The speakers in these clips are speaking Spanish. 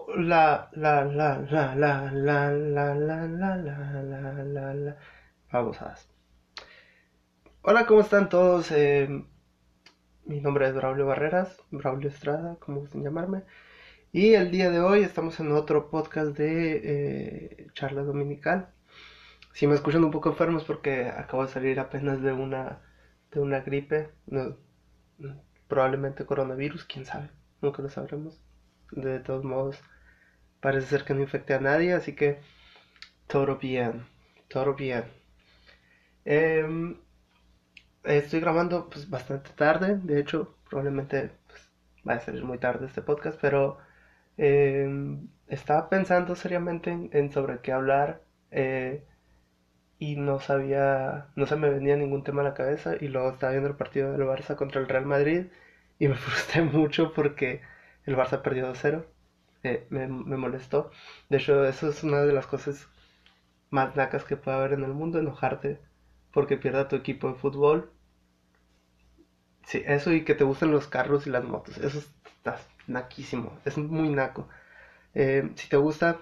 La. Vamos a. Hola, ¿cómo están todos? Mi nombre es Braulio Barreras, Braulio Estrada, como gusten llamarme. Y el día de hoy estamos en otro podcast de charla dominical. Si me escuchan un poco enfermos porque acabo de salir apenas de una gripe, no, probablemente coronavirus, quién sabe, nunca lo sabremos. De todos modos, parece ser que no infecté a nadie, así que todo bien, todo bien. Em, Estoy grabando pues bastante tarde, de hecho probablemente pues, va a salir muy tarde este podcast, pero estaba pensando seriamente en sobre qué hablar y no se me venía ningún tema a la cabeza y luego estaba viendo el partido del Barça contra el Real Madrid y me frustré mucho porque el Barça perdió 2-0, me molestó. De hecho, eso es una de las cosas más nacas que puede haber en el mundo, enojarte porque pierda tu equipo de fútbol. Sí, eso y que te gusten los carros y las motos, eso está naquísimo, es muy naco. Si te gusta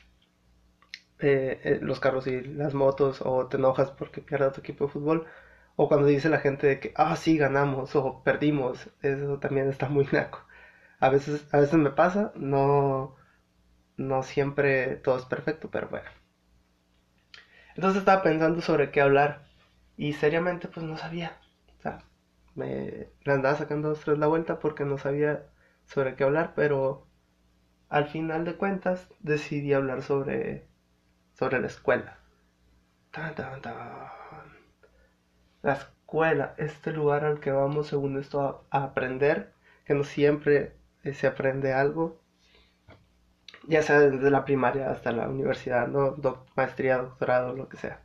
los carros y las motos o te enojas porque pierda tu equipo de fútbol, o cuando dice la gente de que, ah, sí, ganamos o perdimos, eso también está muy naco. A veces me pasa, no siempre todo es perfecto, pero bueno. Entonces estaba pensando sobre qué hablar y seriamente pues no sabía. O sea, le andaba sacando dos, tres la vuelta porque no sabía sobre qué hablar, pero al final de cuentas decidí hablar sobre la escuela. Tan, tan, tan. La escuela, este lugar al que vamos según esto a aprender, que no siempre se aprende algo, ya sea desde la primaria hasta la universidad, ¿no? Maestría, doctorado, lo que sea.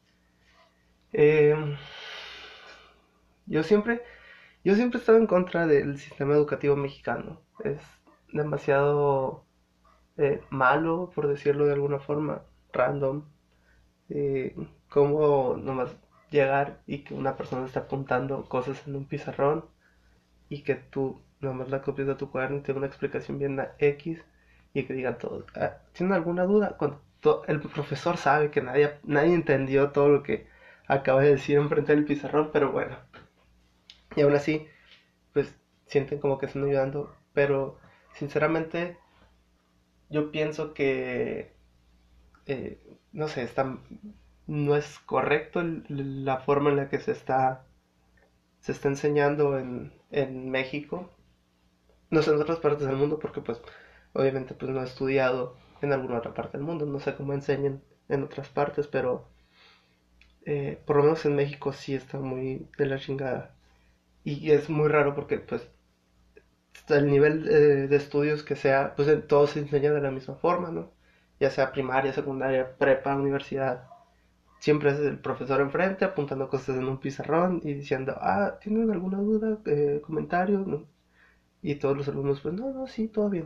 Eh, yo siempre Yo siempre he estado en contra del sistema educativo mexicano. Es demasiado malo, por decirlo de alguna forma, random. Eh, Cómo nomás llegar y que una persona esté apuntando cosas en un pizarrón y que tú nomás la copies de tu cuaderno y te dé una explicación bien a X y que digan todos, "Ah, ¿tienen alguna duda?" Cuando el profesor sabe que nadie entendió todo lo que acaba de decir enfrente del pizarrón, pero bueno. Y aún así, pues sienten como que están ayudando, pero sinceramente yo pienso que, eh, no sé, no es correcto la forma en la que se está enseñando en México, no sé en otras partes del mundo porque pues obviamente pues no he estudiado en alguna otra parte del mundo, no sé cómo enseñan en otras partes, pero por lo menos en México sí está muy de la chingada y es muy raro porque pues el nivel de estudios que sea, pues todos se enseñan de la misma forma, ¿no? Ya sea primaria, secundaria, prepa, universidad. Siempre es el profesor enfrente apuntando cosas en un pizarrón y diciendo, ah, ¿tienen alguna duda, comentario? ¿No? Y todos los alumnos, pues, no, no, sí, todo bien.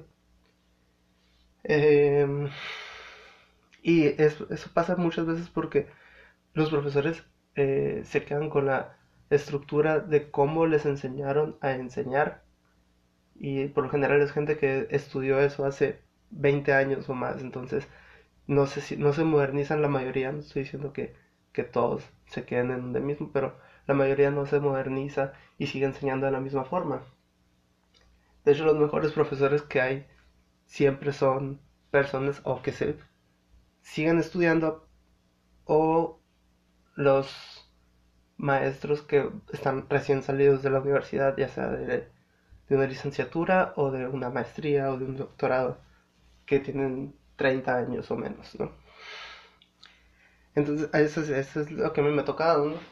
Eh, y eso pasa muchas veces porque los profesores se quedan con la estructura de cómo les enseñaron a enseñar y por lo general es gente que estudió eso hace 20 años o más, entonces no se modernizan la mayoría, no estoy diciendo que todos se queden en donde mismo, pero la mayoría no se moderniza y sigue enseñando de la misma forma. De hecho, los mejores profesores que hay siempre son personas o que se siguen estudiando o los maestros que están recién salidos de la universidad, ya sea de una licenciatura o de una maestría o de un doctorado, que tienen 30 años o menos, ¿no? Entonces, eso es lo que a mí me ha tocado, ¿no?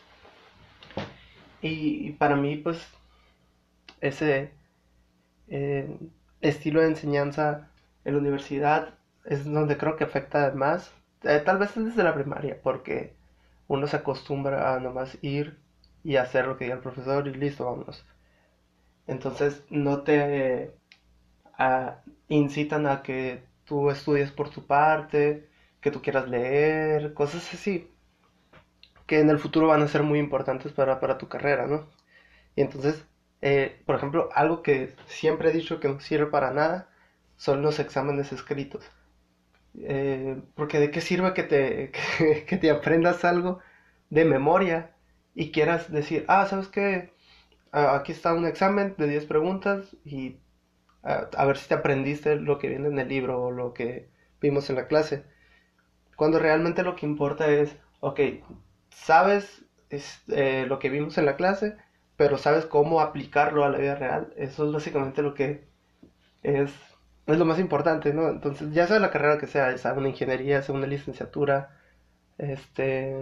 Y para mí, pues, ese eh, estilo de enseñanza en la universidad es donde creo que afecta más. Tal vez desde la primaria, porque uno se acostumbra a nomás ir y hacer lo que diga el profesor y listo, vámonos. Entonces, no te incitan a que tú estudies por tu parte, que tú quieras leer, cosas así, que en el futuro van a ser muy importantes para tu carrera, ¿no? Y entonces, por ejemplo, algo que siempre he dicho que no sirve para nada son los exámenes escritos. Porque de qué sirve que te aprendas algo de memoria y quieras decir, ah, ¿sabes qué? Aquí está un examen de 10 preguntas y a ver si te aprendiste lo que viene en el libro o lo que vimos en la clase. Cuando realmente lo que importa es, ok, sabes lo que vimos en la clase, pero sabes cómo aplicarlo a la vida real. Eso es básicamente lo que es, es lo más importante, ¿no? Entonces, ya sea la carrera que sea una ingeniería, sea una licenciatura, este,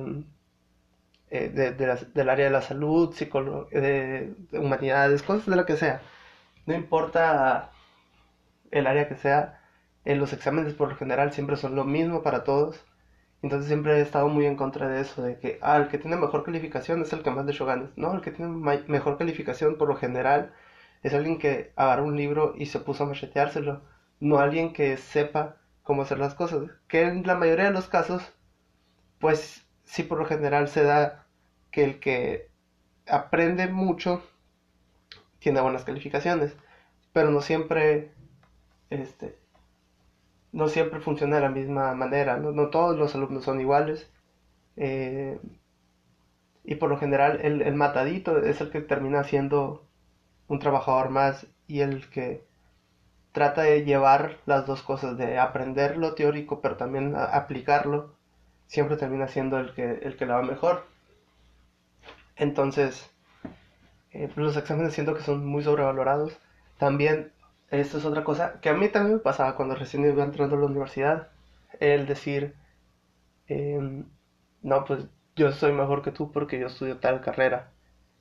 del área de la salud, de humanidades, cosas de lo que sea. No importa el área que sea, los exámenes por lo general siempre son lo mismo para todos. Entonces siempre he estado muy en contra de eso, de que el que tiene mejor calificación es el que más le echó ganas. No, el que tiene mejor calificación por lo general es alguien que agarró un libro y se puso a macheteárselo, no alguien que sepa cómo hacer las cosas. Que en la mayoría de los casos, pues sí por lo general se da que el que aprende mucho tiene buenas calificaciones, pero este, no siempre funciona de la misma manera, no, no todos los alumnos son iguales. eh, y por lo general el matadito es el que termina siendo un trabajador más y el que trata de llevar las dos cosas, de aprender lo teórico pero también aplicarlo, siempre termina siendo el que la va mejor. Entonces, los exámenes siento que son muy sobrevalorados. También, esto es otra cosa que a mí también me pasaba cuando recién iba entrando a la universidad, el decir, eh, no, pues yo soy mejor que tú porque yo estudio tal carrera.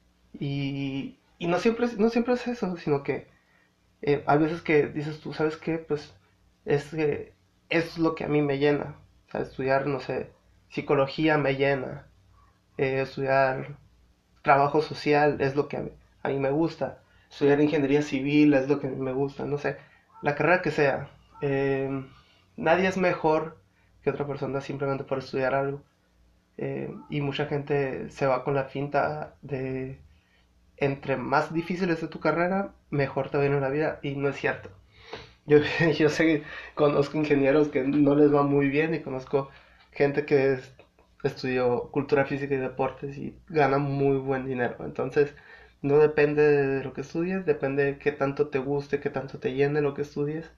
Y no siempre es eso, sino que hay veces que dices tú, ¿sabes qué? Pues es que es lo que a mí me llena. O sea, estudiar, no sé, psicología me llena. Estudiar trabajo social es lo que a mí me gusta. Estudiar ingeniería civil es lo que a mí me gusta. No sé, la carrera que sea. Eh, Nadie es mejor que otra persona simplemente por estudiar algo. Y mucha gente se va con la finta de entre más difícil es tu carrera, mejor te va a ir en la vida. Y no es cierto. Yo, yo sé, conozco ingenieros que no les va muy bien y conozco gente que estudió cultura física y deportes y gana muy buen dinero. Entonces, no depende de lo que estudies, depende de qué tanto te guste, qué tanto te llene lo que estudies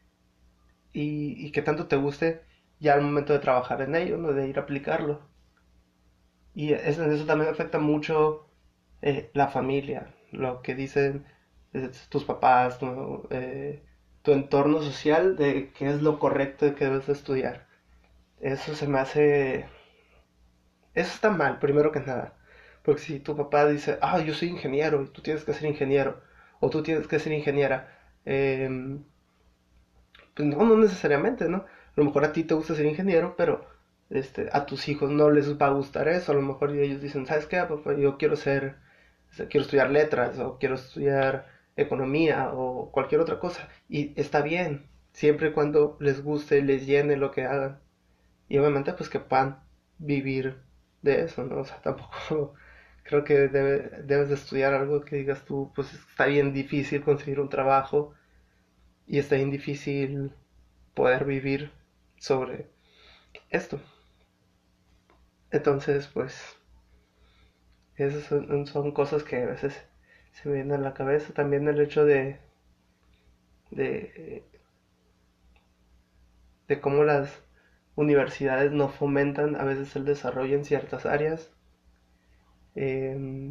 y qué tanto te guste ya al momento de trabajar en ello, ¿no? De ir a aplicarlo. Y eso también afecta mucho la familia, lo que dicen tus papás, tu entorno social de qué es lo correcto de que debes de estudiar. Eso se me hace... Eso está mal, primero que nada. Porque si tu papá dice, yo soy ingeniero y tú tienes que ser ingeniero, o tú tienes que ser ingeniera, pues no, no necesariamente, ¿no? A lo mejor a ti te gusta ser ingeniero, pero a tus hijos no les va a gustar eso. A lo mejor ellos dicen, ¿sabes qué, papá? Yo quiero quiero estudiar letras o quiero estudiar economía o cualquier otra cosa. Y está bien, siempre y cuando les guste, les llene lo que hagan. Y obviamente pues que puedan vivir de eso, ¿no? O sea, tampoco creo que debes de estudiar algo que digas tú, pues está bien difícil conseguir un trabajo y está bien difícil poder vivir sobre esto. Entonces, pues, esas son cosas que a veces se me vienen a la cabeza. También el hecho de, de cómo las universidades no fomentan a veces el desarrollo en ciertas áreas. Eh,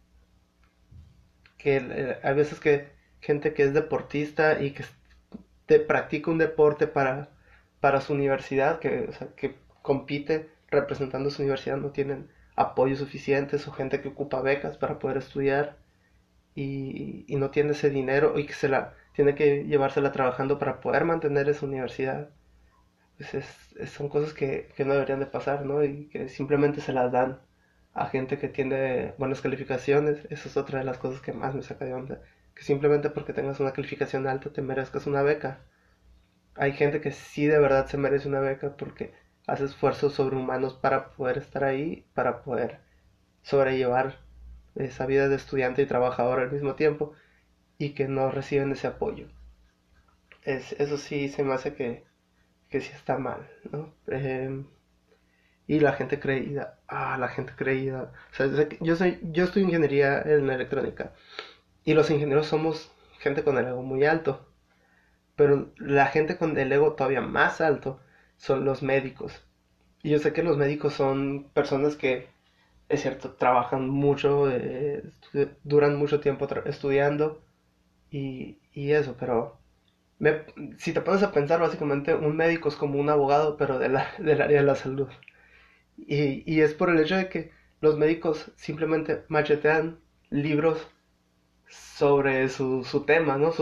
que hay veces que gente que es deportista y que practica un deporte para su universidad, o sea, que compite representando su universidad, no tienen apoyo suficientes o gente que ocupa becas para poder estudiar y no tiene ese dinero y que tiene que llevársela trabajando para poder mantener esa universidad. Pues son cosas que no deberían de pasar, ¿no? Y que simplemente se las dan a gente que tiene buenas calificaciones. Esa es otra de las cosas que más me saca de onda. Que simplemente porque tengas una calificación alta te merezcas una beca. Hay gente que sí de verdad se merece una beca porque hace esfuerzos sobrehumanos para poder estar ahí, para poder sobrellevar esa vida de estudiante y trabajador al mismo tiempo y que no reciben ese apoyo. eso sí se me hace que sí está mal, ¿no? Y la gente creída, la gente creída. O sea, yo estudio ingeniería en electrónica y los ingenieros somos gente con el ego muy alto, pero la gente con el ego todavía más alto son los médicos. Y yo sé que los médicos son personas que, es cierto, trabajan mucho, duran mucho tiempo estudiando y eso, pero me- si te pones a pensar, básicamente un médico es como un abogado, pero del área de la salud. Y es por el hecho de que los médicos simplemente machetean libros sobre su tema, ¿no?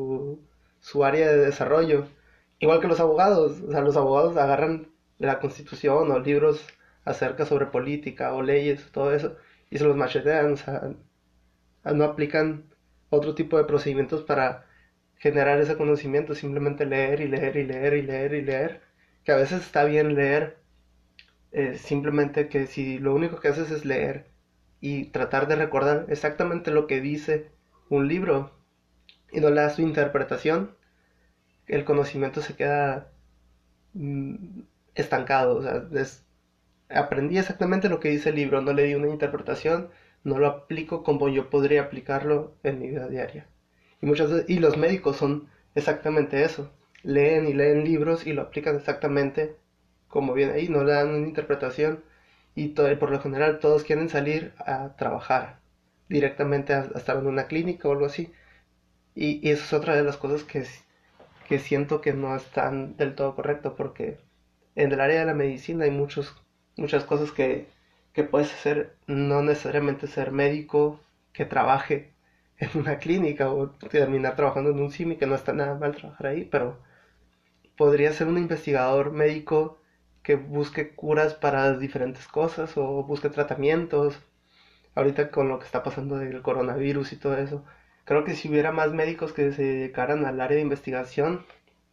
Su área de desarrollo. Igual que los abogados. O sea, los abogados agarran la constitución o libros acerca sobre política o leyes, todo eso, y se los machetean. O sea, no aplican otro tipo de procedimientos para generar ese conocimiento, simplemente leer y leer y leer y leer y leer. Que a veces está bien leer, simplemente que si lo único que haces es leer y tratar de recordar exactamente lo que dice un libro y no le das su interpretación, el conocimiento se queda mm, estancado. O sea, aprendí exactamente lo que dice el libro, no le di una interpretación, no lo aplico como yo podría aplicarlo en mi vida diaria. Y los médicos son exactamente eso. Leen y leen libros y lo aplican exactamente como viene ahí, no le dan una interpretación. Por lo general todos quieren salir a trabajar directamente a estar en una clínica o algo así. Y eso es otra de las cosas que siento que no están del todo correcto, porque en el área de la medicina hay muchas cosas que puedes hacer, no necesariamente ser médico que trabaje en una clínica o terminar trabajando en un CIMI, que no está nada mal trabajar ahí, pero podría ser un investigador médico que busque curas para diferentes cosas o busque tratamientos. Ahorita con lo que está pasando del coronavirus y todo eso, creo que si hubiera más médicos que se dedicaran al área de investigación,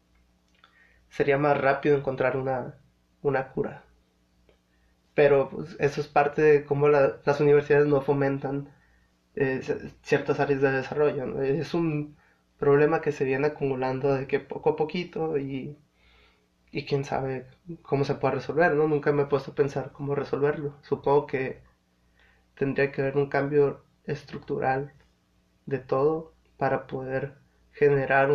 sería más rápido encontrar una cura. Pero pues, eso es parte de cómo las universidades no fomentan ciertas áreas de desarrollo, ¿no? Es un problema que se viene acumulando de que poco a poquito y quién sabe cómo se puede resolver, ¿no? Nunca me he puesto a pensar cómo resolverlo. Supongo que tendría que haber un cambio estructural de todo para poder generar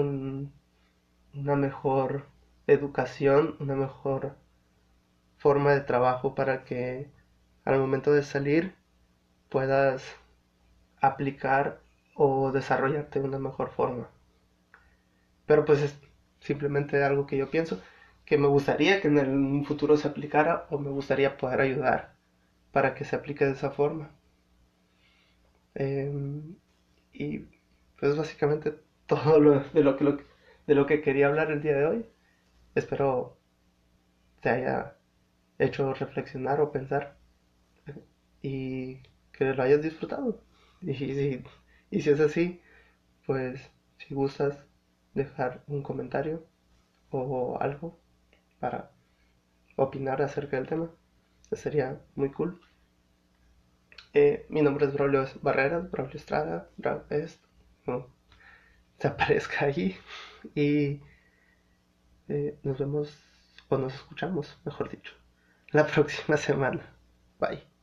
una mejor educación, una mejor forma de trabajo para que al momento de salir puedas aplicar o desarrollarte de una mejor forma. Pero pues es simplemente algo que yo pienso, que me gustaría que en un futuro se aplicara o me gustaría poder ayudar para que se aplique de esa forma. Eh, y pues básicamente todo de lo que quería hablar el día de hoy. Espero te haya hecho reflexionar o pensar y que lo hayas disfrutado. Y si es así, pues si gustas dejar un comentario o algo para opinar acerca del tema, sería muy cool. Mi nombre es Braulio Barreras, Braulio Estrada, no se aparezca ahí. Y nos vemos, o nos escuchamos, mejor dicho, la próxima semana. Bye.